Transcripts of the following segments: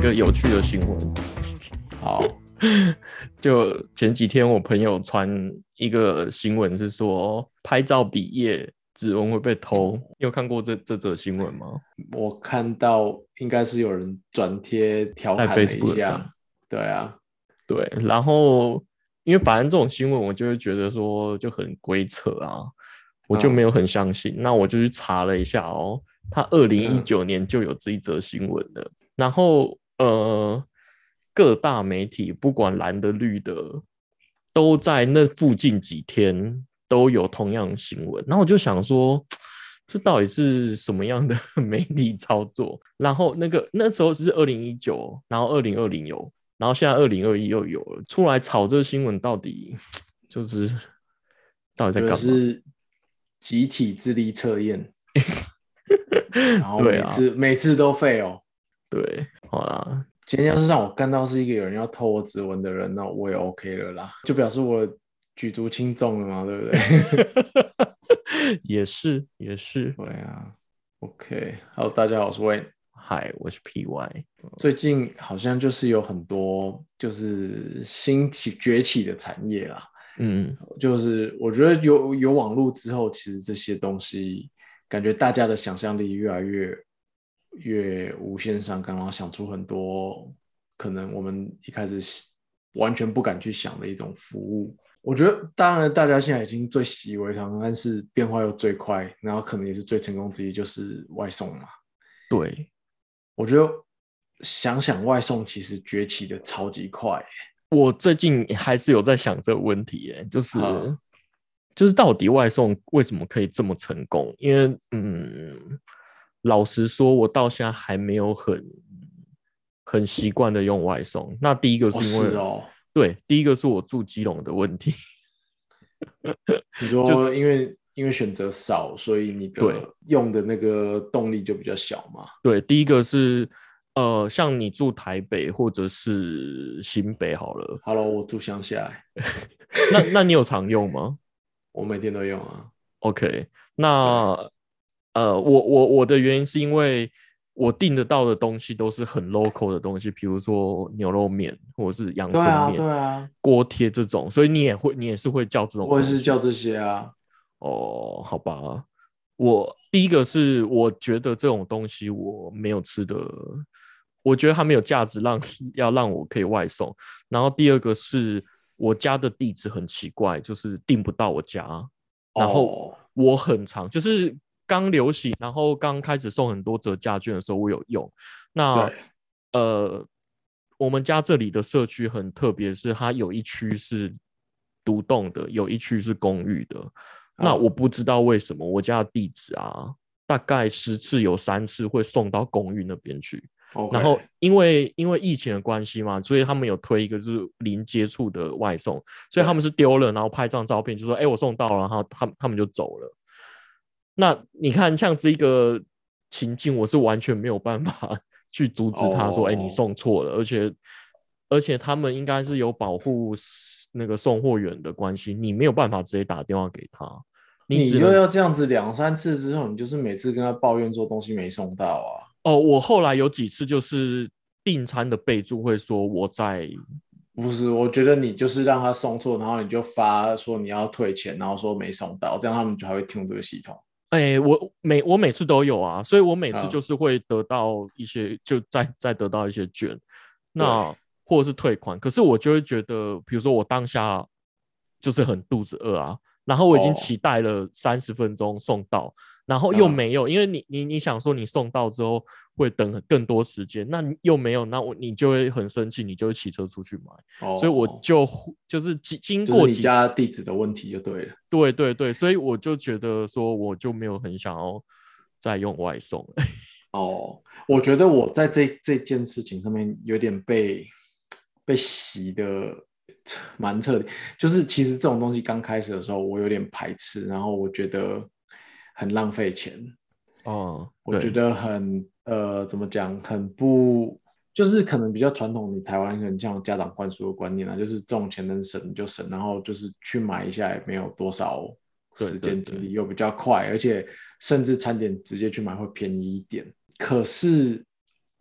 个有趣的新闻。 好， 就前几天我朋友传一个新闻，是说拍照比耶指纹会被偷。你有看过这则新闻吗？ 我看到应该是有人转贴调在侃了一 Facebook 下上。 对啊， 对，然后因为反正这种新闻我就会觉得说就很鬼扯啊，我就没有很相信。那我就去查了一下哦，他2019年就有这一则新闻了。然后各大媒体不管蓝的绿的，都在那附近几天都有同样的新闻。然后我就想说，这到底是什么样的媒体操作？然后那时候是2019，然后2020有，然后现在2021又有了，出来炒这个新闻，到底就是到底在这干嘛？ 是集体智力测验，然后对啊， 每次都废哦。 对，好啦， 今天要是让我看到是一个有人要偷我指纹的人，那我也 OK 了啦，就表示我举足轻重了嘛，对不对？ 也是也是。 对啊，OK，好，大家好，我是 Wayne。 嗨，我是 PY。 最近好像就是有很多就是崛起的产业啦， 嗯， 就是我觉得有网络之后，其实这些东西感觉大家的想象力越来越无限上纲，然后想出很多可能我们一开始完全不敢去想的一种服务。我觉得当然大家现在已经最习以为常，但是变化又最快，然后可能也是最成功之一，就是外送嘛。 对， 我觉得想想外送其实崛起的超级快耶， 我最近还是有在想这个问题耶， 哈， 就是到底外送为什么可以这么成功？因为老实说，我到现在还没有很习惯的用外送。那第一个哦是因为， 是哦， 对，第一个是我住基隆的问题。 你就是说因为选择少，所以你的对用的那个动力就比较小嘛。 对，第一个是像你住台北或者是新北好了， Hello，我住乡下， 那你有常用吗我每天都用啊。 ？OK， 对那我的原因是因为我订得到的东西都是很 local 的东西，比如说牛肉面或者是阳对啊， 春面、 对啊， 锅贴这种，所以你也是会叫这种我也东西是叫这些啊。 哦？好吧，我第一个是我觉得这种东西我没有吃的，我觉得它没有价值要让我可以外送。然后第二个是我家的地址很奇怪，就是订不到我家，然后哦， 我很常就是刚流行，然后刚开始送很多折价券的时候，我有用。那对， 呃，我们家这里的社区很特别，是它有一区是独栋的，有一区是公寓的。那我好不知道为什么我家的地址啊，大概10次有3次会送到公寓那边去。然后 ，OK， 因为疫情的关系嘛，所以他们有推一个就是零接触的外送，所以他们对， 是丢了，然后拍张照片，就说：“哎，我送到了。”然后他们就走了。那你看，像这个情境，我是完全没有办法去阻止他说：“哎，你哦， 送错了。”而且他们应该是有保护那个送货员的关系，你没有办法直接打电话给他，你你只能就要这样子两三次之后，你就是每次跟他抱怨说东西没送到啊。 哦。我后来有几次就是订餐的备注会说我在。 不是，我觉得你就是让他送错，然后你就发说你要退钱，然后说没送到，这样他们就还会听这个系统。 哎，我每次都有啊，所以我每次就啊， 是会得到一些，就再得到一些券， 对， 那或者是退款。可是我就会觉得，比如说我当下就是很肚子饿啊，然后我已经哦， 期待了30分钟送到，然后又啊， 没有，因为你想说你送到之后会等更多时间，那又没有，那你就会很生气，你就会骑车出去买，所以我哦， 就是经就是过几次。 你家地址的问题就对了。 对对对，所以我就觉得说，我就没有很想要再用外送了。 哦，我觉得我在这件事情上面有点被洗的蛮彻底，就是其实这种东西刚开始的时候，我有点排斥，然后我觉得很浪费钱， 哦，对我觉得很怎么讲，很不就是可能比较传统，你台湾可能像家长灌输的观念啊，就是这种钱能省就省，然后就是去买一下也没有多少对时对对， 间精力，又比较快，而且甚至餐点直接去买会便宜一点。可是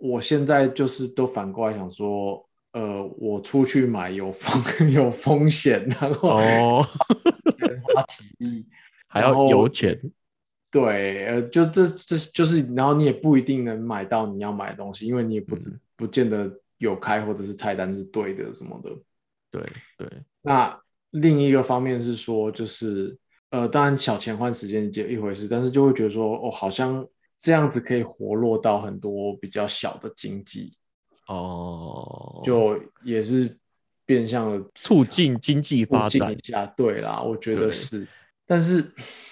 我现在就是都反过来想说，我出去买有有风险，然后哦， 花体力， 还要然后油钱， 对，就这就是，然后你也不一定能买到你要买的东西，因为你也嗯， 不见得有开或者是菜单是对的什么的。 对对， 那另一个方面是说，就是当然小钱换时间一回事，但是就会觉得说，哦，好像这样子可以活络到很多比较小的经济， 哦， 就也是变相的促进经济促发展， 进一下。对啦，我觉得对， 是，但是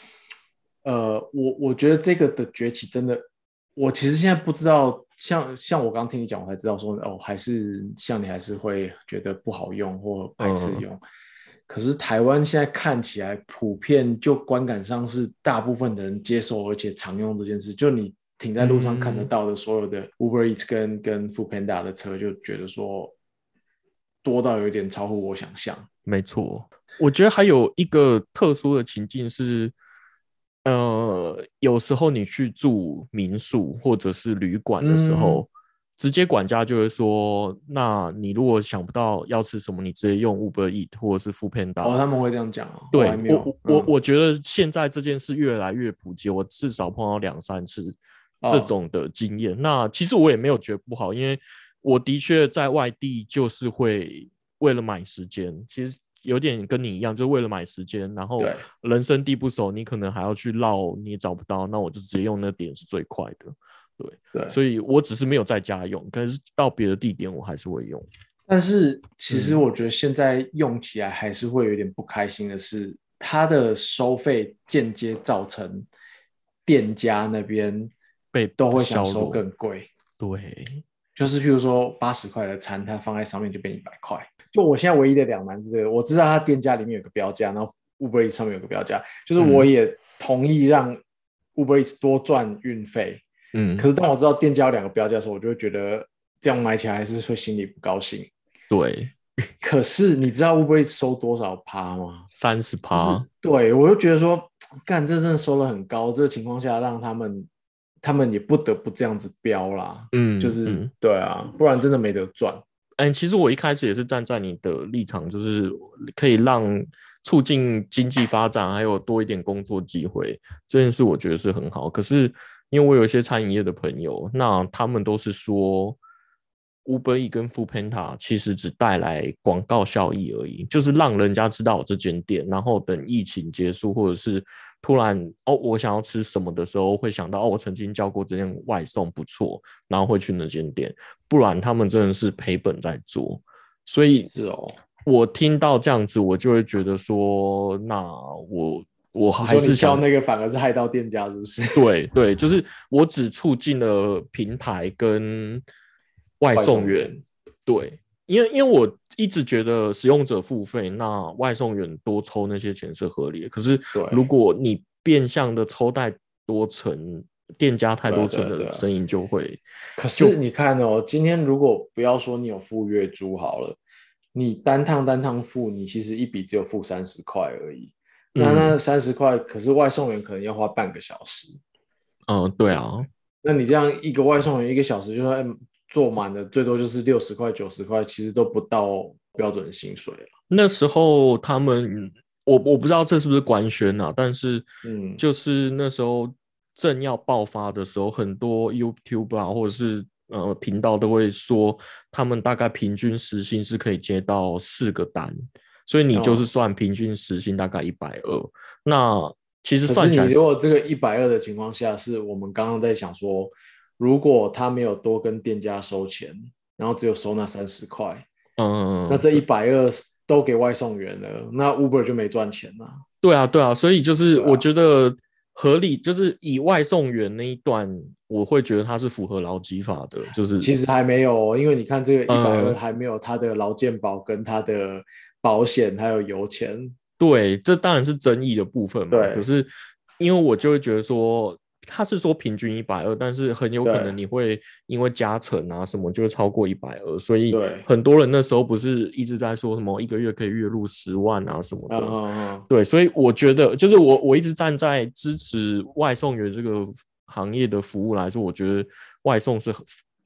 我觉得这个的崛起真的，我其实现在不知道，像我刚刚听你讲，我才知道说，哦，还是像你还是会觉得不好用或排斥嗯用。可是台湾现在看起来普遍就观感上是大部分的人接受而且常用这件事，就你停在路上看得嗯， 到的所有的 Uber Eats 跟 Foodpanda 的车，就觉得说多到有点超乎我想象。 没错。我觉得还有一个特殊的情境是，有时候你去住民宿或者是旅馆的时嗯， 候，直接管家就会说，那你如果想不到要吃什么，你直接用 Uber Eat 或者是哦， Foodpanda。 他们会这样讲哦，我还对， 没有， 我觉得现在这件事越来越普及，我至少碰到2、3次这哦， 种的经验。那其实我也没有觉得不好，因为我的确在外地就是会为了买时间，其实有点跟你一样，就是为了买时间，然后对人生地不熟，你可能还要去绕，你也找不到，那我就直接用那点是最快的。对， 对。 所以我只是没有在家用，可是到别的地点我还是会用。 但是其实嗯， 我觉得现在用起来还是会有点不开心的是，它的收费间接造成店家那边被都会想收削弱。 更贵。 对， 就是譬如说80块的餐，它放在上面就变100块。就我现在唯一的两难是这个，我知道它店家里面有个标价，然后 Uber Eats 上面有个标价，就是我嗯也同意让 Uber Eats 多赚运费。可嗯， 是当我知道店家有两个标价的时候，我就会觉得这样买起来还是会心里不高兴。 对， 可是你知道 Uber Eats 收多少趴吗？就是 30%， 对我就觉得说，干这真的收的很高，这个情况下让他们也不得不这样子标啦，就是嗯嗯， 对啊，不然真的没得赚。 其实我一开始也是站在你的立场，就是可以让促进经济发展，还有多一点工作机会，这件事我觉得是很好。可是因为我有一些餐饮业的朋友，那他们都是说，Uber E 跟 Foodpanda 其实只带来广告效益而已，就是让人家知道我这间店，然后等疫情结束，或者是突然我想要吃什么的时候，会想到我曾经叫过这件外送不错，然后会去那间店。不然他们真的是赔本在做。所以是哦， 我听到这样子，我就会觉得说，那我你说你还是想叫那个反而是害到店家，是不是？ 对对，就是我只促进了平台跟外外送员， 送员， 对，因为我一直觉得使用者付费，那外送员多抽那些钱是合理的。可是如对果你变相的抽太多成，店家太对啊多成的对啊对啊。 生意就会可就是你看哦，今天如果不要说你有付月租好了，你单趟付，你其实一笔只有付30块而已。那嗯 30块，可是外送员可能要花半个小时。 对啊， 那你这样一个外送员1个小时就算做满了，最多就是60块、90块，其实都不到标准薪水了。 那时候他们，我不知道这是不是官宣啊，但是嗯， 就是那时候正要爆发的时候，很多 YouTube 啊或者是频道都会说，他们大概平均时薪是可以接到4个单，所以你就是哦， 算平均时薪大概120，那其实可是算起来你如果这个120的情况下，是我们刚刚在想说，如果他没有多跟店家收钱，然后只有收那30块，那这120都给外送员了，那 Uber 就没赚钱了。 对啊，对啊，所以就是我对啊， 觉得合理，就是以外送员那一段，我会觉得它是符合劳基法的，就是其实还没有哦，因为你看这个120 呃， 还没有他的劳健保跟他的保险还有油钱。 对，这当然是争议的部分嘛。可对是因为我就会觉得说，他是说平均120，但是很有可能对你会因为加成啊什么就会超过120，所以对， 很多人那时候不是一直在说什么一个月可以月入10万啊什么嗯的。 嗯嗯， 对，所以我觉得就是我一直站在支持外送员这个行业的服务来说，我觉得外送是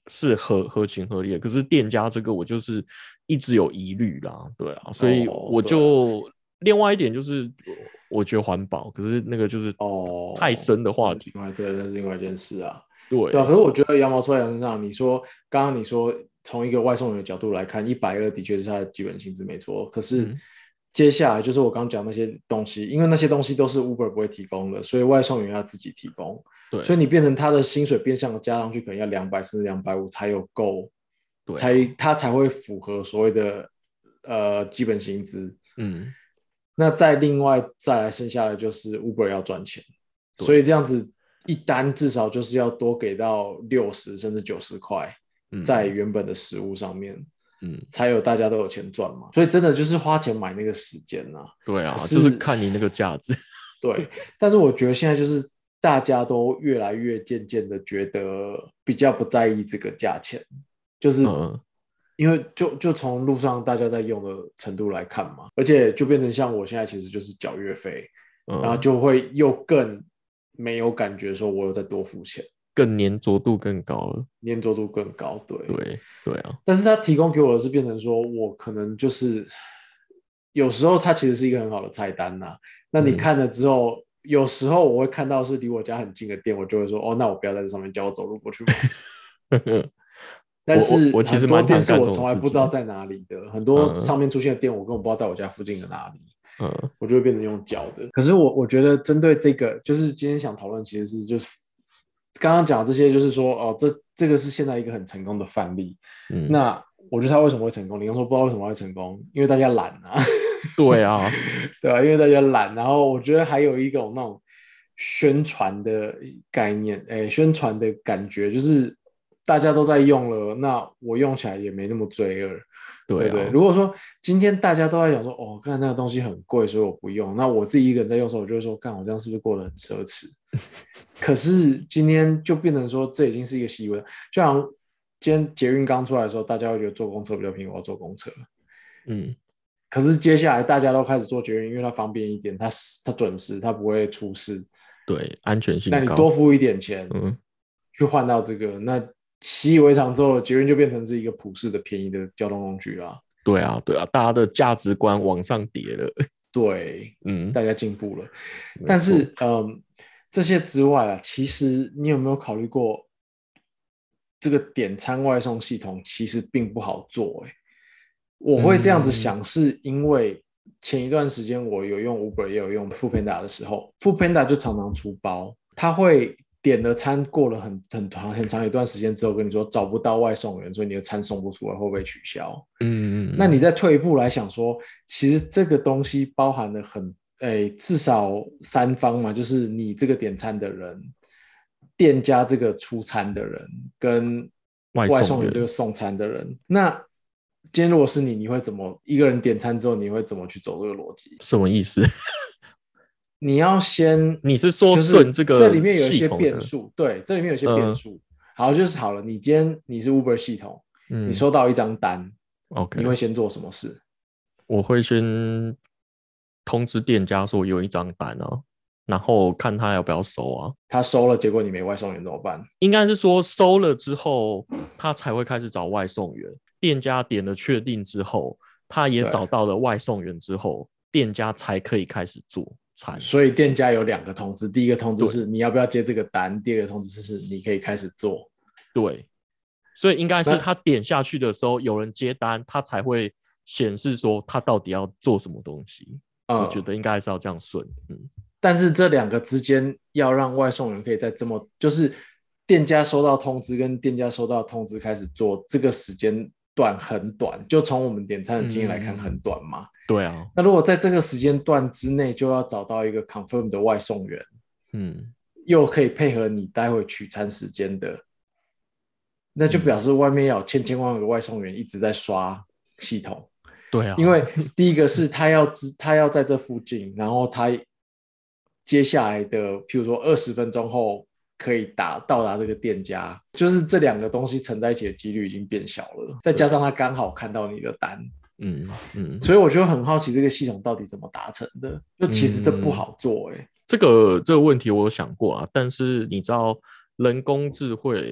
是合情合理的，可是店家这个我就是一直有疑虑啦，对啊，所以我就另外一点就是我觉得环保，可是那个就是太深的话题， 对，那是另外一件事啊。 对对啊，可是我觉得羊毛出在羊身上。刚刚你说从一个外送员的角度来看，120的确是他的基本薪资没错。可是接下来就是我刚刚讲那些东西，因为那些东西都是 Uber 不会提供的，所以外送员要自己提供。 对， 所以你变成他的薪水变相的加上去，可能要200甚至250才有够， 对、 他才会符合所谓的基本薪资。那另外再来剩下的就是 Uber 要赚钱，所以这样子一单至少就是要多给到60甚至90块在原本的食物上面，才有大家都有钱赚嘛。所以真的就是花钱买那个时间啊。 对啊，就是看你那个价值。 对，但是我觉得现在就是大家都越来越渐渐的觉得比较不在意这个价钱，就是因为就从路上大家在用的程度来看嘛，而且就变成像我现在其实就是缴月费，然后就会又更没有感觉说我有再多付钱， 更粘着度更高了， 粘着度更高， 对啊。 但是他提供给我的是变成说我可能就是有时候它其实是一个很好的菜单呐，那你看了之后。有时候我会看到是离我家很近的店，我就会说那我不要在这上面，叫我走路过去买。但是我其实很多店蛮常干这种事情， 是我从来不知道在哪里的，很多上面出现的店我根本不知道在我家附近的哪里，我就会变成用脚的。可是我觉得针对这个，就是今天想讨论，其实是就是刚刚讲的这些，就是说这个是现在一个很成功的范例。那我觉得他为什么会成功？你刚说不知道为什么会成功，因为大家懒啊。 对啊， 对啊，因为大家懒。然后我觉得还有一种那种宣传的概念，宣传的感觉，就是大家都在用了，那我用起来也没那么罪恶，对不对？如果说今天大家都在讲说，看那个东西很贵，所以我不用，那我自己一个人在用的时候，我就会说，看我这样是不是过得很奢侈？可是今天就变成说，这已经是一个习惯，就好像今天捷运刚出来的时候，大家会觉得坐公车比较便宜，我要坐公车。可是接下来大家都开始坐捷运，因为它方便一点，它准时，它不会出事， 对，安全性高。 那你多付一点钱，去换到这个，那习以为常之后，捷运就变成是一个普世的便宜的交通工具啦。 对啊，大家的价值观往上叠了。 对，大家进步了。但是，这些之外啊，其实你有没有考虑过，这个点餐外送系统其实并不好做，我会这样子想，是因为前一段时间我有用 Uber 也有用 Foodpanda 的时候 ，Foodpanda 就常常出包，他会点了餐过了很长一段时间之后跟你说找不到外送员，所以你的餐送不出来，会不会取消？那你再退一步来想说，其实这个东西包含了至少3方嘛，就是你这个点餐的人、店家这个出餐的人跟外送员这个送餐的人，那今天如果是你会怎么一个人点餐之后，你会怎么去走这个逻辑？ 什么意思？ 你要先， 你是说顺这个这里面有一些变数，对，这里面有一些变数。好，就是好了，你今天你是 Uber 系统，你收到一张单，你会先做什么事？ 我会先通知店家说有一张单啊，然后看他要不要收啊。 他收了，结果你没外送员怎么办？ 应该是说收了之后，他才会开始找外送员。店家点了确定之后，他也找到了外送员之后，店家才可以开始做餐。 所以店家有2个通知，第一个通知是你要不要接这个单，第二个通知是你可以开始做。 对，所以应该是他点下去的时候，有人接单，他才会显示说他到底要做什么东西。我觉得应该是要这样顺。 但是这2个之间要让外送员可以在就是店家收到通知跟店家收到通知开始做，这个时间段很短，就从我们点餐的经验来看很短嘛。 对啊。 那如果在这个时间段之内就要找到一个 confirm 的外送员，又可以配合你待会取餐时间的，那就表示外面要有千万个外送员一直在刷系统。 对啊， 因为第一个是他要在这附近，然后他接下来的譬如说20分钟后可以到达这个店家，就是这2个东西乘在一起的几率已经变小了，再加上他刚好看到你的单，所以我就很好奇这个系统到底怎么达成的，就其实这不好做。 这个问题我有想过啊，但是你知道人工智慧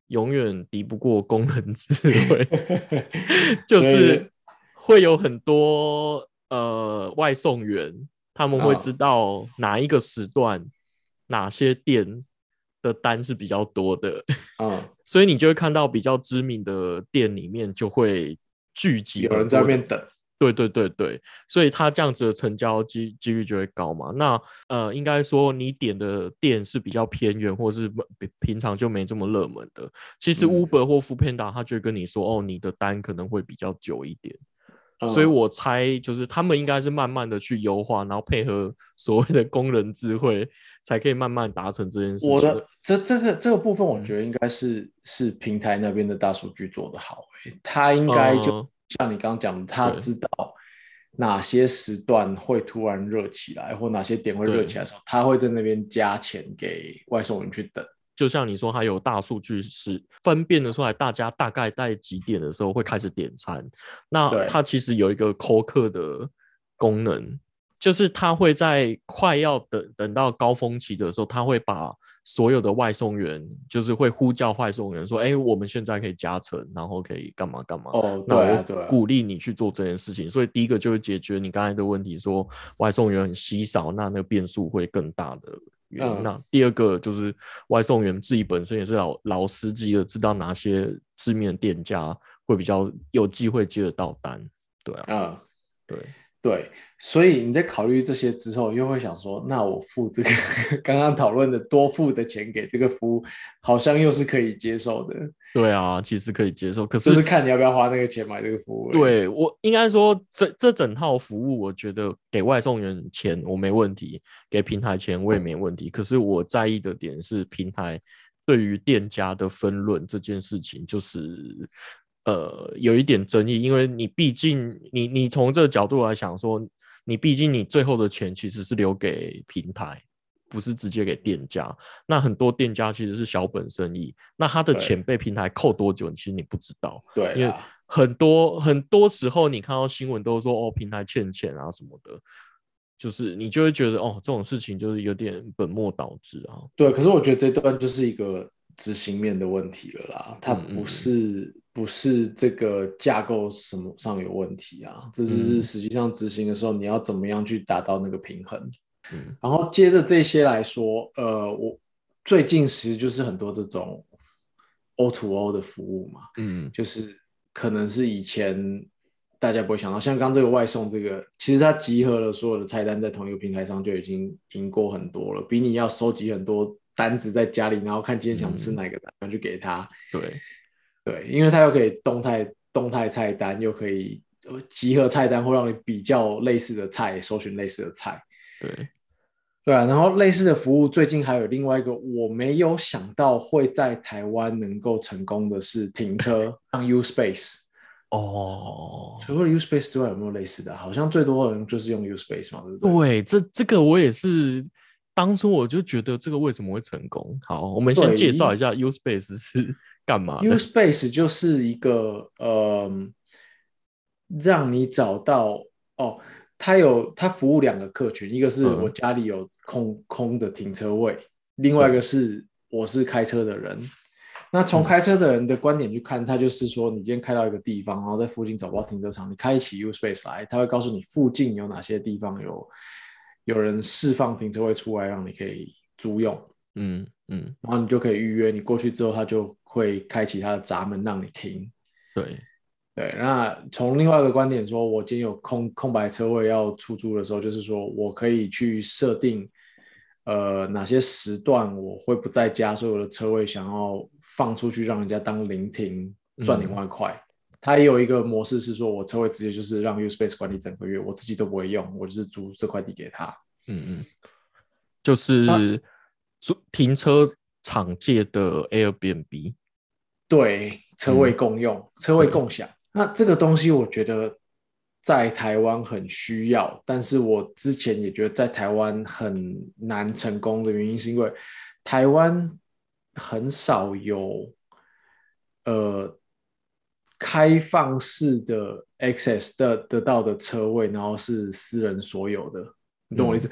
永远敌不过工人智慧，就所以是会有很多外送员，他们会知道哪一个时段哪些店的单是比较多的，所以你就会看到比较知名的店里面就会聚集有人在那边等。 对对对对，所以它这样子的成交几率就会高嘛。那应该说你点的店是比较偏远，或是平常就没这么热门的。其实 Uber 或 Foodpanda 他就会跟你说，哦，你的单可能会比较久一点。所以我猜就是他们应该是慢慢的去优化，然后配合所谓的工人智慧，才可以慢慢达成这件事情。 我的这个部分，我觉得应该是平台那边的大数据做得好，他应该就像你刚刚讲的，他知道哪些时段会突然热起来，或哪些点会热起来的时候，他会在那边加钱给外送员去等。 就像你说，它有大数据是分辨得出来，大家大概在几点的时候会开始点餐。那它其实有一个扣客的功能，就是它会在快要等到高峰期的时候，它会把所有的外送员，就是会呼叫外送员说：“哎，我们现在可以加成，然后可以干嘛干嘛。”那我鼓励你去做这件事情。所以第一个就是解决你刚才的问题，说外送员很稀少，那个变数会更大的。那第二个就是外送员自己本身也是老司机了，知道哪些知名的店家会比较有机会接得到单，对啊， 对，所以你在考虑这些之后，又会想说，那我付这个刚刚讨论的多付的钱给这个服务，好像又是可以接受的。 对啊，其实可以接受，可是就是看你要不要花那个钱买这个服务。 对，我应该说这整套服务，我觉得给外送员钱我没问题，给平台钱我也没问题。可是我在意的点是平台对于店家的分润这件事情，就是有一点争议，因为你毕竟你从这个角度来想说，你毕竟你最后的钱其实是留给平台。不是直接给店家，那很多店家其实是小本生意，那他的钱被平台扣多久，其实你不知道。 对， 因为很多时候你看到新闻都说哦，平台欠钱啊什么的，就是你就会觉得哦，这种事情就是有点本末倒置啊。 对，可是我觉得这段就是一个执行面的问题了啦，它不是这个架构什么上有问题啊，这是实际上执行的时候你要怎么样去达到那个平衡。然后接着这些来说，我最近其实就是很多这种 O2O 的服务嘛，就是可能是以前大家不会想到，像刚这个外送这个，其实它集合了所有的菜单在同一个平台上就已经赢过很多了，比你要收集很多单子在家里，然后看今天想吃哪个单就给他。对，因为它又可以动态菜单，又可以集合菜单，会让你比较类似的菜，搜寻类似的菜。对啊，然后类似的服务，最近还有另外一个我没有想到会在台湾能够成功的是停车，像 U-Space。除了 U-Space 之外，有没有类似的？好像最多的人就是用 U-Space 嘛，对不对？对，这个我也是，当初我就觉得这个为什么会成功？好，我们先介绍一下 U-Space 是干嘛的。 U-Space 就是一个让你找到它服务两个客群，一个是我家里有空的停车位，另外一个是我是开车的人。那从开车的人的观点去看，他就是说，你今天开到一个地方，然后在附近找不到停车场，你开起 U-Space 来，他会告诉你附近有哪些地方有人释放停车位出来，让你可以租用。然后你就可以预约，你过去之后，他就会开启他的闸门让你停。对，那从另外一个观点说，我今天有空白车位要出租的时候，就是说我可以去设定，哪些时段我会不在家，所有的车位想要放出去让人家当临停赚2万块。它也有一个模式是说，我车位直接就是让 U-Space 管理整个月，我自己都不会用，我就是租这块地给他。 就是停车场界的 Airbnb。 对，车位共用，车位共享。那这个东西我觉得在台湾很需要，但是我之前也觉得在台湾很难成功的原因是因为台湾很少有开放式的 access 得到的车位，然后是私人所有的，你懂我意思？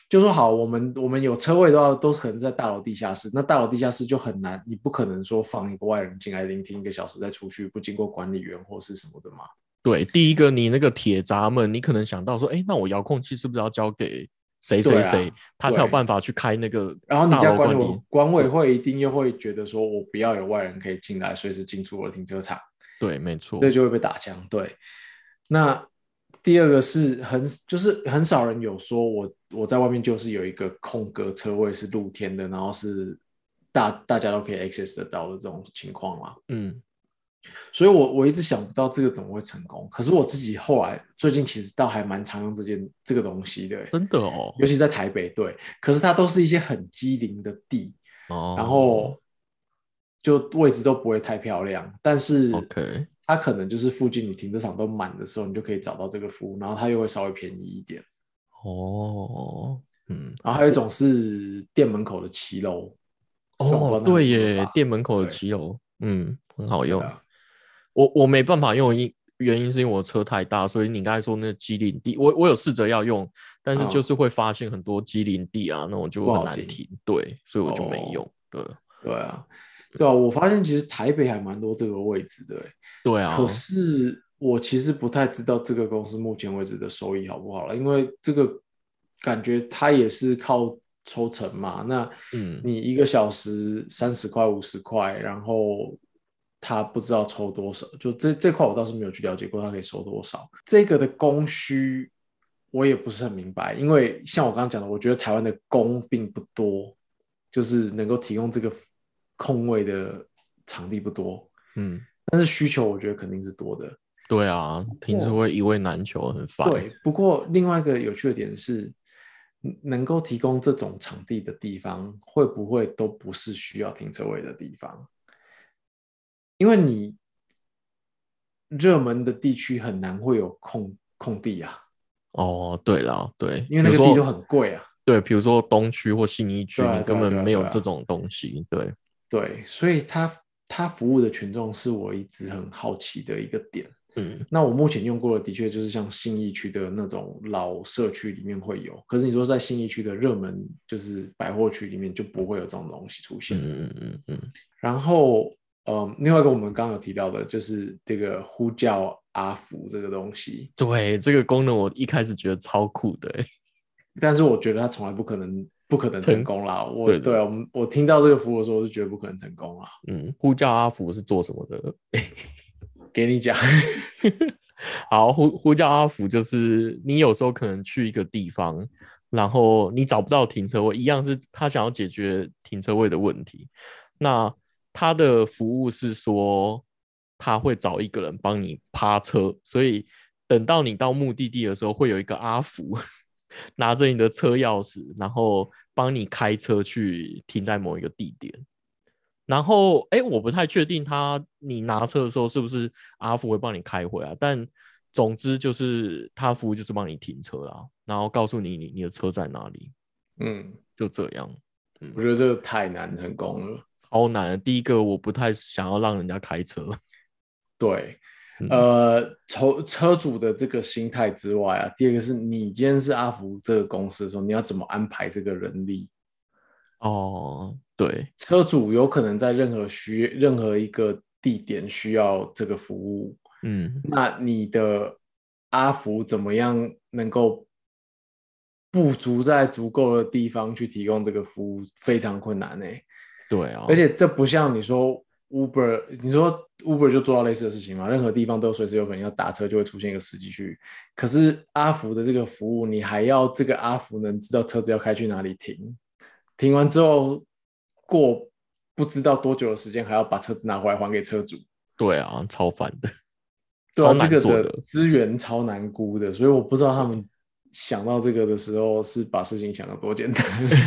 就说好，我们有车位的话，都可能是在大楼地下室。那大楼地下室就很难，你不可能说放一个外人进来聆听1个小时再出去，不经过管理员或是什么的嘛。 对，第一个你那个铁闸门，你可能想到说，哎，那我遥控器是不是要交给谁谁谁，他才有办法去开那个然后你大家楼管理？ 管委会一定又会觉得说，我不要有外人可以进来，随时进出我的停车场， 对，没错， 这就会被打枪。对，那第二个是就是很少人有说我在外面就是有一个空格车位是露天的，然后是大家都可以 access 得到的这种情况嘛。所以我一直想不到这个怎么会成功。可是我自己后来最近其实倒还蛮常用这个东西的， 真的哦， 尤其在台北，对。可是它都是一些很机灵的地，然哦后就位置都不会太漂亮，但是 ，OK， 它可能就是附近你停车场都满的时候，你就可以找到这个服务，然后它又会稍微便宜一点。 哦， 然后还有一种是店门口的骑楼，虽然我不知道那合对耶， 不合法。 店门口的对骑楼，很好用。 对啊， 我没办法用的原因是因为我车太大，所以你刚才说那个机灵地，我有试着要用，但是就是会发现很多机灵地啊，那我就很难停，对，所以我就没用。 对啊，对啊，我发现其实台北还蛮多这个位置的， 对啊， 可是我其实不太知道这个公司目前为止的收益好不好了，因为这个感觉它也是靠抽成嘛。那你1个小时30块50块，然后他不知道抽多少，就这块我倒是没有去了解过，他可以收多少。这个的供需我也不是很明白，因为像我刚刚讲的，我觉得台湾的供并不多，就是能够提供这个空位的场地不多，但是需求我觉得肯定是多的。 对啊，停车位一位难求，很烦。 对，不过另外一个有趣的点是，能够提供这种场地的地方，会不会都不是需要停车位的地方？因为你热门的地区很难会有空地啊。 哦，对啦，对， 因为比如说， 那个地都很贵啊。 对，比如说东区或信义区， 对啊， 你根本对啊，对啊， 没有这对啊， 种东西。对， 对，所以他服务的群众是我一直很好奇的一个点。 嗯， 那我目前用过的的确就是像信义区的那种老社区里面会有，可是你说在信义区的热门就是百货区里面就不会有这种东西出现。然后另外一个我们刚刚有提到的就是这个呼叫阿福这个东西。 对，这个功能我一开始觉得超酷的， 但是我觉得它从来不可能成功啦。对啊，我听到这个服务的时候，我就觉得不可能成功啦。 呼叫阿福是做什么的？ 给你讲。 好，呼叫阿福就是你有时候可能去一个地方，然后你找不到停车位，一样是他想要解决停车位的问题。那他的服务是说，他会找一个人帮你趴车，所以等到你到目的地的时候，会有一个阿福拿着你的车钥匙，然后帮你开车去停在某一个地点。然后，我不太确定你拿车的时候是不是阿福会帮你开回来，但总之就是他服务就是帮你停车啦，然后告诉你的车在哪里，就这样。 我觉得这个太难成功了， 超难的。第一个，我不太想要让人家开车。 对，车主的这个心态之外啊，第二个是你今天是阿福这个公司的时候，你要怎么安排这个人力？ 哦，对， 车主有可能在任何一个地点需要这个服务，那你的阿福怎么样能够布足在足够的地方去提供这个服务，非常困难对啊， 而且这不像你说 Uber， 你说 Uber 就做到类似的事情嘛？任何地方都随时有可能要打车，就会出现一个司机去。可是阿福的这个服务，你还要这个阿福能知道车子要开去哪里停，停完之后过不知道多久的时间，还要把车子拿回来还给车主。 对啊，超烦的， 对啊， 超这个难做的。 的资源超难估的，所以我不知道他们想到这个的时候是把事情想得多简单。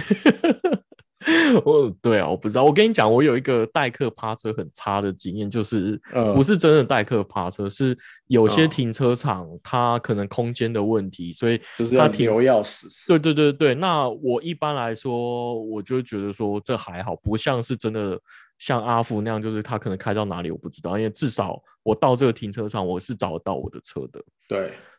对啊，我不知道。我跟你讲，我有一个代客趴车很差的经验，就是不是真的代客趴车，是有些停车场它可能空间的问题，所以就是要留钥匙。 对。那我一般来说，我就会觉得说这还好，不像是真的像阿福那样，就是他可能开到哪里我不知道，因为至少我到这个停车场我是找得到我的车的。 对。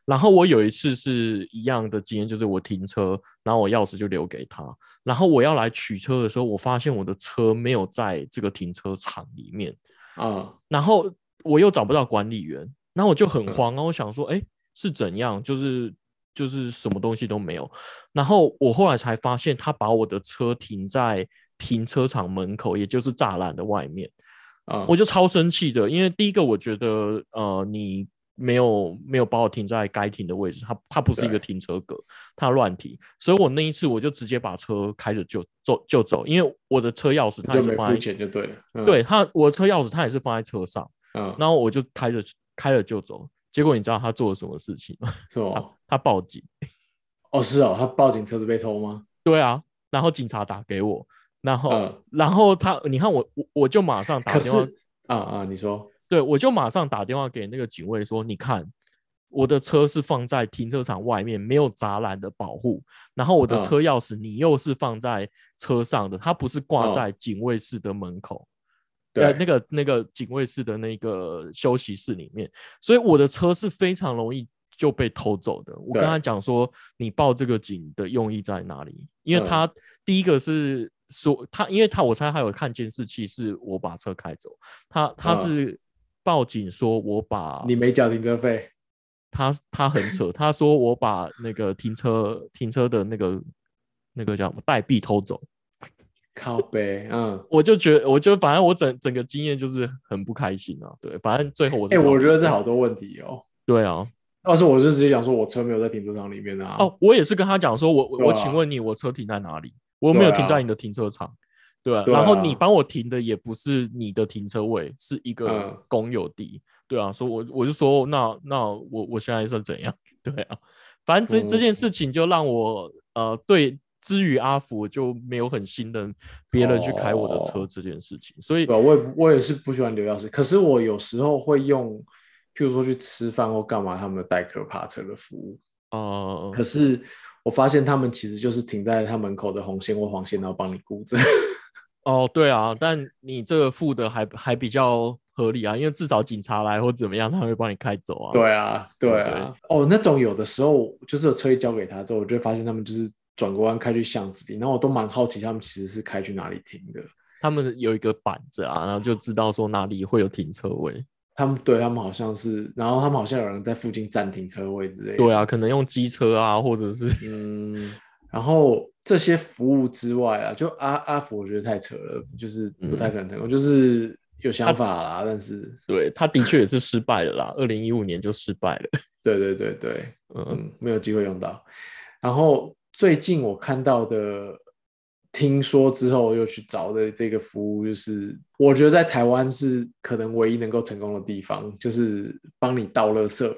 然后我有一次是一样的经验，就是我停车，然后我钥匙就留给他，然后我要来取车的时候，我发现我的车没有在这个停车场里面，然后我又找不到管理员，然后我就很慌，然后我想说，哎，是怎样？就是什么东西都没有。然后我后来才发现，他把我的车停在停车场门口，也就是栅栏的外面。我就超生气的，因为第一个我觉得，你没有把我停在该停的位置，它不是一个停车格，它乱停，所以我那一次我就直接把车开着就走，因为我的车钥匙它也是放在， 就没付钱就对了， 对我的车钥匙它也是放在车上，然后我就开了就走，结果你知道他做了什么事情吗？ 是哦， 他报警。 是哦，他报警车子被偷吗？ 对啊，然后警察打给我，然后你看我就马上打电话， 可是你说， 对，我就马上打电话给那个警卫说，你看我的车是放在停车场外面，没有栅栏的保护，然后我的车钥匙你又是放在车上的，它不是挂在警卫室的门口，那个警卫室的那个休息室里面，所以我的车是非常容易就被偷走的。我跟他讲说，你报这个警的用意在哪里？因为他第一个是说因为我猜他有看监视器，是我把车开走，他是报警说我把你没缴停车费， 他很扯，他说我把那个停车的那个叫什么代币偷走。 靠背， 我就觉得反正我整个经验就是很不开心啊。对，反正最后我我觉得这好多问题哦。 对啊， 要是我就直接讲说我车没有在停车场里面啊。 我也是跟他讲说，我请问你，我车停在哪里？我没有停在你的停车场，对啊。然后你帮我停的也不是你的停车位，是一个公有地，对啊。所以我就说，那我现在是怎样？对啊，反正这件事情就让我对。至于阿福就没有很信任别人去开我的车这件事情，所以我也是不喜欢留钥匙，可是我有时候会用，譬如说去吃饭或干嘛，他们有代客泊车的服务，可是我发现他们其实就是停在他门口的红线或黄线，然后帮你顾着。 对啊，但你这个付的还比较合理啊，因为至少警察来或怎么样，他会帮你开走啊。 对啊，那种有的时候就是有车一交给他之后，我就会发现他们就是转个弯开去巷子里，然后我都蛮好奇他们其实是开去哪里停的。 他们有一个板子啊，然后就知道说哪里会有停车位。 他们好像是，然后他们好像有人在附近占停车位之类的。 对啊，可能用机车啊，或者是然后这些服务之外啊，就阿福我觉得太扯了，就是不太可能成功，就是有想法啦，但是对他的确也是失败了啦，2015年就失败了。 对，没有机会用到。然后最近我看到的，听说之后又去找的这个服务，就是我觉得在台湾是可能唯一能够成功的地方，就是帮你倒垃圾。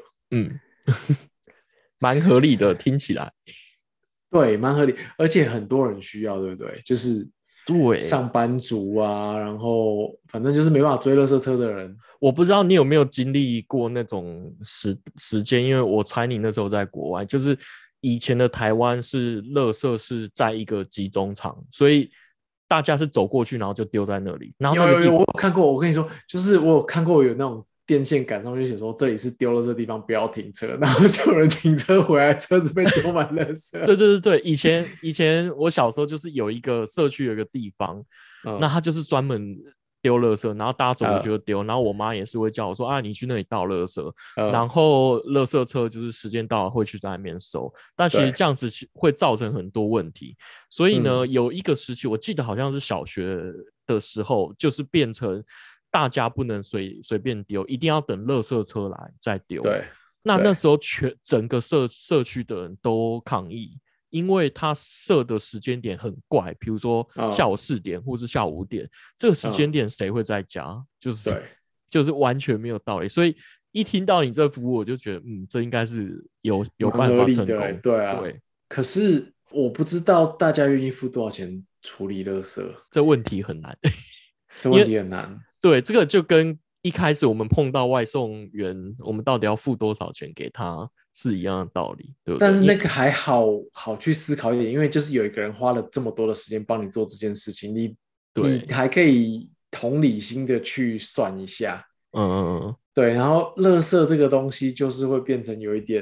蛮合理的，听起来。 对，蛮合理，而且很多人需要，对不对？就是对上班族啊，然后反正就是没办法追垃圾车的人。 我不知道你有没有经历过那种时间，因为我猜你那时候在国外，就是以前的台湾是垃圾是在一个集中场，所以大家是走过去，然后就丢在那里。然后那个有我有看过，我跟你说，就是我有看过有那种电线杆上面写说这里是丢垃圾的地方，不要停车，然后就有人停车回来，车子被丢满垃圾。 对，以前我小时候就是有一个社区有一个地方，那他就是专门丢垃圾，然后大家走过去就丢，然后我妈也是会叫我说你去那里倒垃圾，然后垃圾车就是时间到了会去在那边收，但其实这样子会造成很多问题，所以呢，有一个时期我记得好像是小学的时候，就是变成大家不能随便丢，一定要等垃圾车来再丢。 对， 那时候整个社区的人都抗议，因为他设的时间点很怪，比如说下午4点或是下午5点，这个时间点谁会在家？就是完全没有道理。所以一听到你这服务，我就觉得这应该是有办法成功。 对啊，对。可是我不知道大家愿意付多少钱处理垃圾， 这问题很难。 这问题很难。 对，这个就跟一开始我们碰到外送员，我们到底要付多少钱给他是一样的道理，对不对？ 但是那个还好去思考一点，因为就是有一个人花了这么多的时间帮你做这件事情，你还可以同理心的去算一下。对，然后垃圾这个东西就是会变成有一点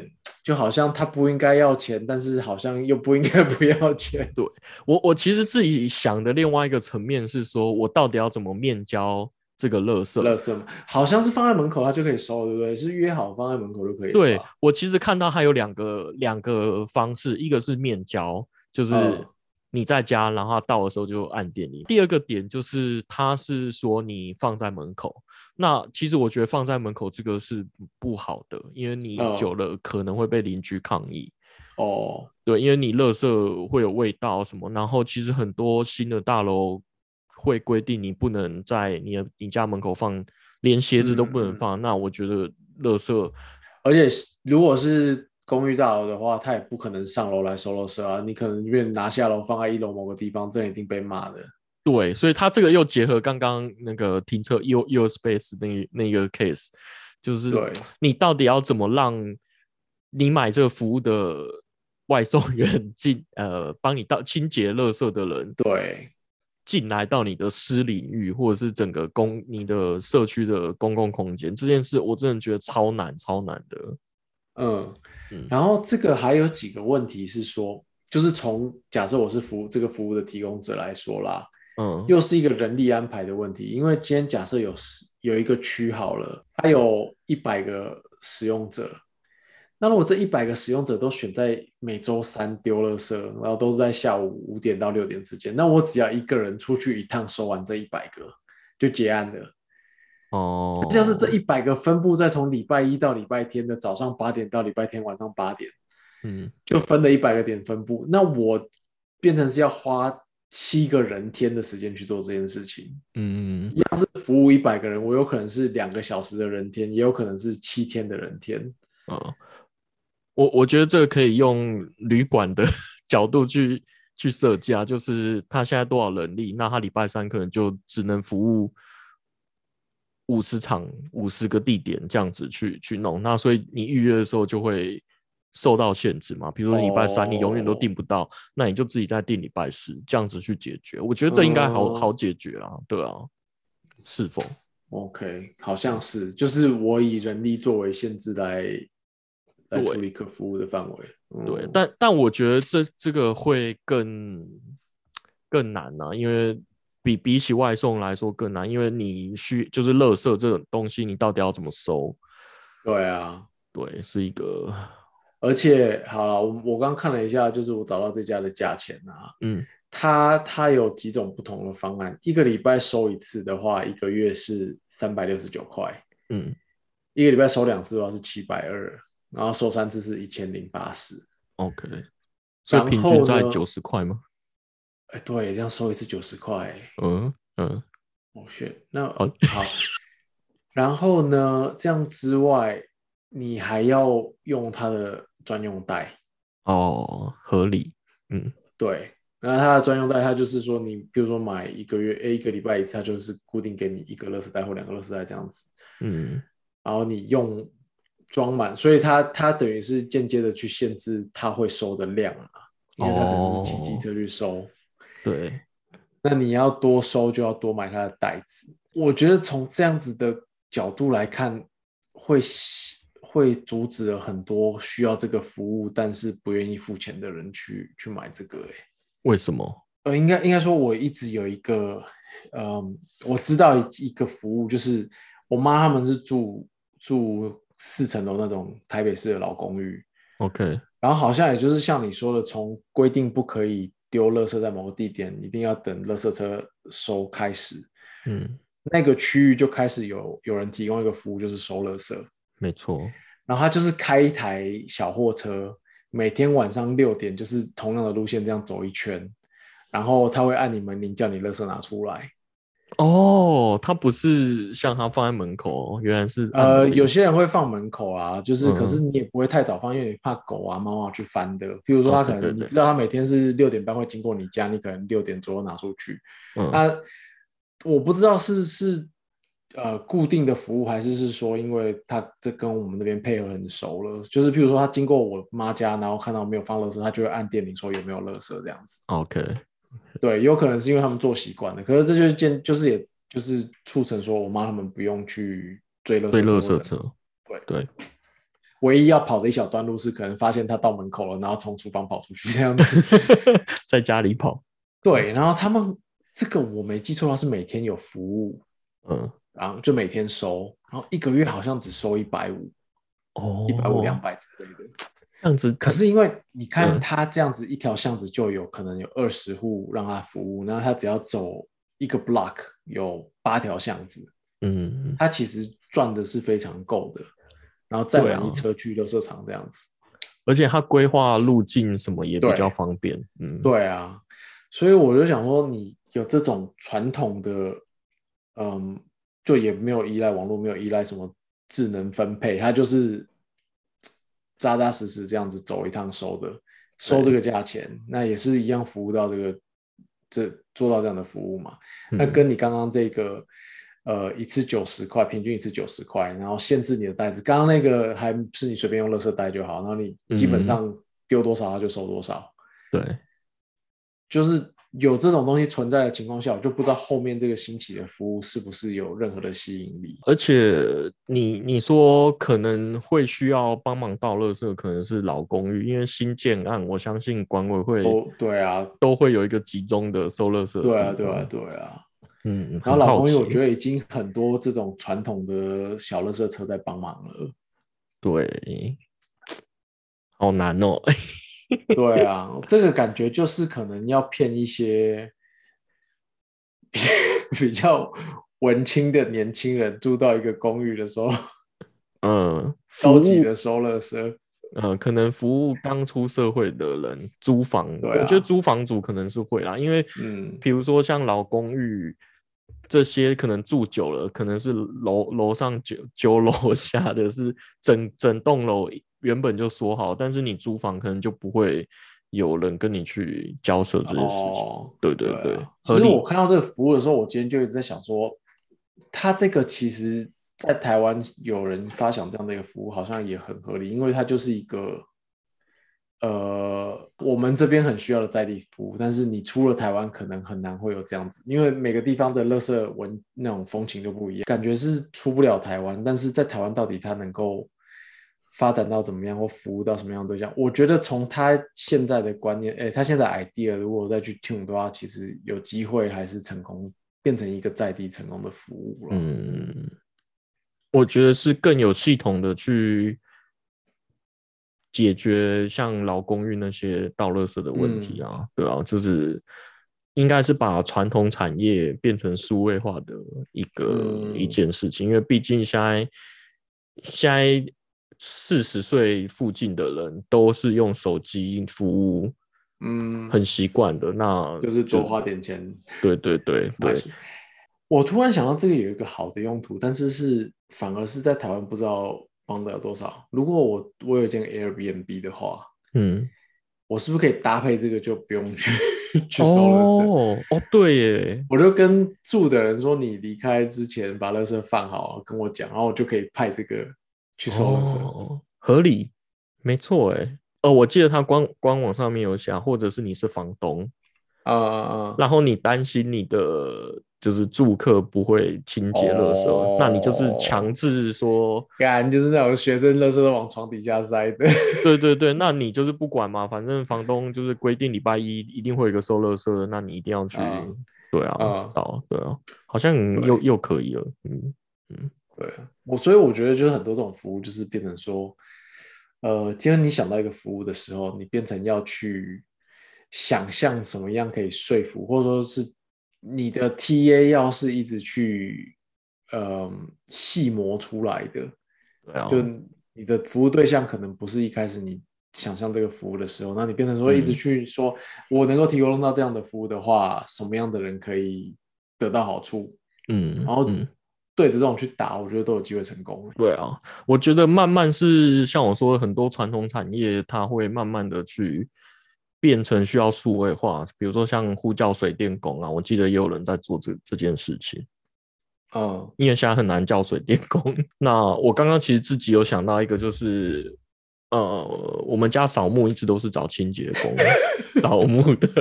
就好像他不应该要钱，但是好像又不应该不要钱。 对，我其实自己想的另外一个层面是说，我到底要怎么面交这个垃圾？ 垃圾嘛，好像是放在门口他就可以收，对不对？是约好放在门口就可以了对， 吧？ 我其实看到它有两个方式，一个是面交，就是嗯， 你在家，然后它到的时候就按电铃。第二个点就是它是说你放在门口，那其实我觉得放在门口这个是不好的，因为你久嗯， 了可能会被邻居抗议。 哦， 对，因为你垃圾会有味道什么，然后其实很多新的大楼会规定你不能在你家门口放，连鞋子都嗯嗯， 不能放。那我觉得垃圾而且如果是公寓大楼的话，他也不可能上楼来收垃圾啊，你可能因为拿下楼放在1楼某个地方，这一定被骂的。 对，所以它这个又结合刚刚那个停车 your space 那个 case，就是对， 你到底要怎么让你买这个服务的外送员帮你到清洁垃圾的人对， 进来到你的私领域，或者是整个你的社区的公共空间，这件事我真的觉得超难超难的。 嗯， 嗯然后这个还有几个问题是说，就是从假设我是这个服务的提供者来说啦， 嗯又是一个人力安排的问题，因为今天假设有一个区好了，它有100个使用者，那如果这100个使用者都选在每周三丢垃圾，然后都是在下午5点到6点之间，那我只要一个人出去一趟收完这100个就结案了。这要是这哦 100个分布在从礼拜一到礼拜天的早上8点到礼拜天晚上8点， 嗯就分了100个点分布，那我变成是要花7个人天的时间去做这件事情。 嗯服务100个人，我有可能是2个小时的人天，也有可能是7天的人天。 嗯。我觉得这个可以用旅馆的角度去设价，就是他现在多少人力，那他礼拜三可能就只能服务50场、50个地点这样子去弄，那所以你预约的时候就会受到限制嘛。比如说礼拜三你永远都哦， 订不到，那你就自己再订礼拜四，这样子去解决。我觉得这应该好嗯解决啊，对啊，是否？ ，OK，好像嗯， 是，就是我以人力作为限制来处对。 理客服务的范围。 对， 嗯， 但我觉得这个会更难啊，因为比起外送来说更难，因为就是垃圾这种东西，你到底要怎么收？ 对啊。 对，是一个而且好了，我刚看了一下，就是我找到这家的价钱啊， 嗯它有几种不同的方案，一个礼拜收一次的话，1个月是369块， 嗯一个礼拜收2次的话是720，然后收3次是1080。 ，OK，所以然平均在后呢， 90块吗？ 哎，对，这样收一次90块， 嗯嗯， 哦，shit，那好好，然后呢，这样之外，你还要用它的专用袋。 哦，合理，嗯对，然后它的专用袋，它就是说你比如说买一个礼拜一次，它就是固定给你1个垃圾袋或2个垃圾袋这样子， 嗯然后你用装满，所以它等于是间接的去限制它会收的量啊，因为它可能是骑机哦， 车去收， 对， 那你要多收就要多买它的袋子。我觉得从这样子的角度来看，会会阻止了很多需要这个服务但是不愿意付钱的人去买这个、欸。 为什么？ 应该说，我一直有一个，我知道一个服务，就是我妈他们是住4层楼那种台北市的老公寓， OK， 然后好像也就是像你说的，从规定不可以丢垃圾在某个地点，一定要等垃圾车收开始， 嗯， 那个区域就开始有人提供一个服务，就是收垃圾， 没错， 然后他就是开一台小货车，每天晚上6点，就是同样的路线这样走一圈，然后他会按你门铃叫你垃圾拿出来。 哦，它不是像它放在门口哦，原来是按门铃。 有些人会放门口啊，就是可是嗯， 你也不会太早放，因为你怕狗啊、猫啊去翻的。譬如说， 哦， 他可对对对， 能你知道他每天是6点半会经过你家，你可能6点左右拿出去。 嗯， 那我不知道是固定的服务，还是说因为他这跟我们那边配合很熟了，就是譬如说他经过我妈家，然后看到没有放垃圾，他就会按电铃说有没有垃圾这样子。 OK， 对，有可能是因为他们做习惯了，可是这就是也就是促成说我妈他们不用去追垃圾车对，垃或等垃圾。 圾车， 对， 对， 唯一要跑的一小段路是可能发现他到门口了，然后从厨房跑出去这样子， 在家里跑。 对，然后他们这个我没记错的话是每天有服务，然后就每天收，然后1个月好像只收150， 哦 150、200之类的。 这样子， 可是因为你看他这样子一条巷子就有可能有20户让他服务，那他只要走一个 block 有8条巷子，他其实赚的是非常够的，然后再满一车去垃圾场这样子， 而且他规划路径什么也比较方便。 对啊，所以我就想说，你有这种传统的，就也没有依赖网络，没有依赖什么智能分配，它就是扎扎实实这样子走一趟收这个价钱，那也是一样服务到做到这样的服务嘛。那跟你刚刚这个一次90块，平均一次90块，然后限制你的袋子，刚刚那个还是你随便用垃圾袋就好，然后你基本上丢多少它就收多少。 对， 就是有这种东西存在的情况下，我就不知道后面这个兴起的服务是不是有任何的吸引力。 而且你说可能会需要帮忙倒垃圾，可能是老公寓，因为新建案，我相信管委会对啊， 都会有一个集中的收垃圾的地方。 对啊。 然后老公寓我觉得已经很多这种传统的小垃圾车在帮忙了。 对，好难哦。 对啊，这个感觉就是可能要骗一些比较文青的年轻人住到一个公寓的时候，高级的收垃圾。 可能服务刚出社会的人租房， 对啊， 我觉得租房族可能是会啦，因为比如说像老公寓这些，可能住久了，可能是楼上9楼下的是整栋楼原本就说好，但是你租房可能就不会有人跟你去交涉这些事情。对对对， 其实我看到这个服务的时候，我今天就一直在想说，他这个其实在台湾有人发想这样的一个服务，好像也很合理，因为它就是一个我们这边很需要的在地服务，但是你出了台湾可能很难会有这样子，因为每个地方的垃圾那种风情都不一样，感觉是出不了台湾，但是在台湾到底它能够发展到怎么样或服务到什么样的对象，我觉得从他现在的观念，他现在 idea 如果再去 tune 的话，其实有机会还是成功变成一个在地成功的服务了。 我觉得是更有系统的去解决像老公寓那些倒垃圾的问题啊，对啊，就是应该是把传统产业变成数位化的一件事情，因为毕竟现在40岁附近的人都是用手机服务，很习惯的，那就是多花点钱。 对对对对。 我突然想到这个有一个好的用途，但是反而是在台湾不知道帮得了多少。如果我有一间 Airbnb 的话，我是不是可以搭配这个就不用去收垃圾？ 对耶， 我就跟住的人说，你离开之前把垃圾放好，跟我讲，然后我就可以派这个去收垃圾。 合理，没错哎。我记得他官网上面有写，或者是你是房东，然后你担心你的就是住客不会清洁垃圾，那你就是强制说， 就是那种学生垃圾都往床底下塞的。 对对对，那你就是不管嘛，反正房东就是规定礼拜一一定会有一个收垃圾的，那你一定要去。对啊，对啊，好像又可以了。 对，所以我觉得就是很多这种服务就是变成说，今天你想到一个服务的时候，你变成要去想象什么样可以说服，或者说是你的 TA 要是一直去细磨出来的，就你的服务对象可能不是一开始你想象这个服务的时候，那你变成说一直去说，我能够提供到这样的服务的话，什么样的人可以得到好处？然后对着这种去打，我觉得都有机会成功。 对啊，我觉得慢慢是像我说的，很多传统产业它会慢慢的去变成需要数位化，比如说像呼叫水电工啊，我记得也有人在做这件事情。因为现在很难叫水电工。那我刚刚其实自己有想到一个，就是我们家扫墓一直都是找清洁工扫墓的。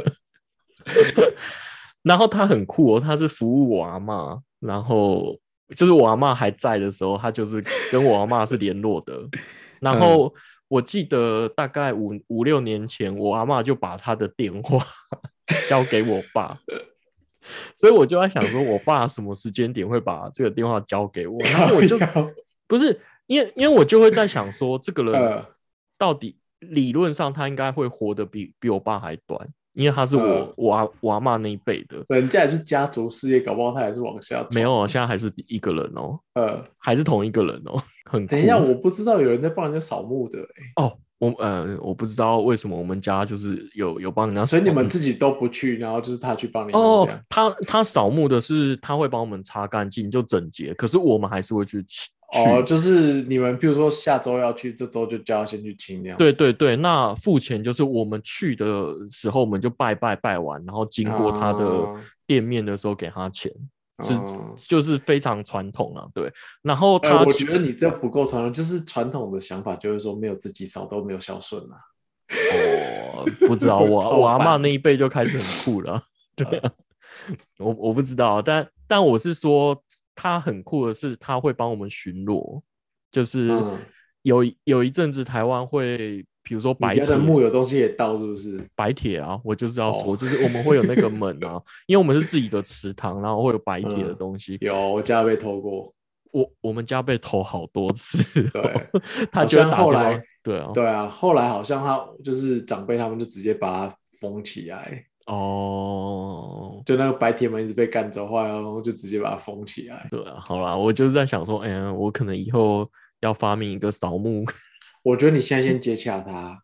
然后他很酷哦，他是服务我阿嬷，然后就是我阿嬷还在的时候，他就是跟我阿嬷是联络的。 然后我记得大概五六年前，我阿嬷就把她的电话交给我爸，所以我就在想说，我爸什么时间点会把这个电话交给我？然后我就不是因为我就会在想说，这个人到底理论上他应该会活得比我爸还短。因为他是我阿嬷那一辈的， 人家也是家族事业，搞不好他也是往下走。 没有，现在还是一个人哦，还是同一个人哦，很酷。 等一下，我不知道有人在帮人家扫墓的哦，我不知道为什么我们家就是有帮人家扫墓， 所以你们自己都不去，然后就是他去帮你们这样。 他扫墓的是他会帮我们擦干净就整洁，可是我们还是会去。 就是你们比如说下周要去，这周就叫他先去清那样。 对对对，那付钱就是我们去的时候，我们就拜完，然后经过他的店面的时候给他钱，就是非常传统啊。对，然后我觉得你这不够传统，就是传统的想法就是说没有自己扫都没有孝顺啊。 不知道我阿嬷那一辈就开始很酷了，对啊。我不知道，但我是说，他很酷的是，他会帮我们巡逻，就是有一阵子台湾会，比如说白铁， 你家的墓有东西也倒是不是？ 白铁啊，我就是要说，就是我们会有那个门啊，因为我们是自己的祠堂，然后会有白铁的东西。 有，我家被偷过， 我们家被偷好多次。 对， 他就后来，对啊，后来好像他就是长辈他们就直接把它封起来。就那个白铁门一直被干走，后来然后就直接把它封起来。 对啊，好啦，我就是在想说，我可能以后要发明一个扫墓。 我觉得你现在先接洽他，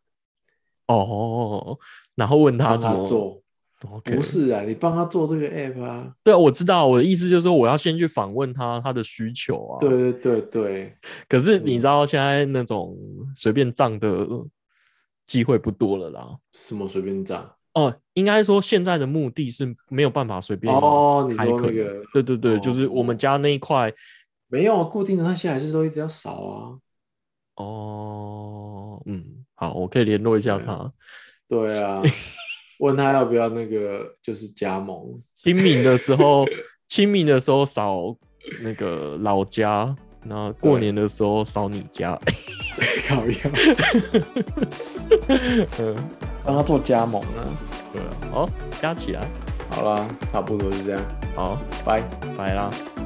然后问他怎么做。不是啊，你帮他做这个 app 啊。 对啊，我知道，我的意思就是说，我要先去访问他的需求啊。 对对对对。 可是你知道现在那种随便账的机会不多了啦。 什么随便账？ 应该说现在的目的是没有办法随便你说那个， 对对对，就是我们家那一块没有固定的，那些还是都一直要扫啊。 好，我可以联络一下他。 对啊，问他要不要那个就是加盟。 清明的时候扫那个老家，然后过年的时候扫你家。 靠腰。帮他做加盟啊。 对啊，加起来。 好啦，差不多就这样。 好， 拜啦。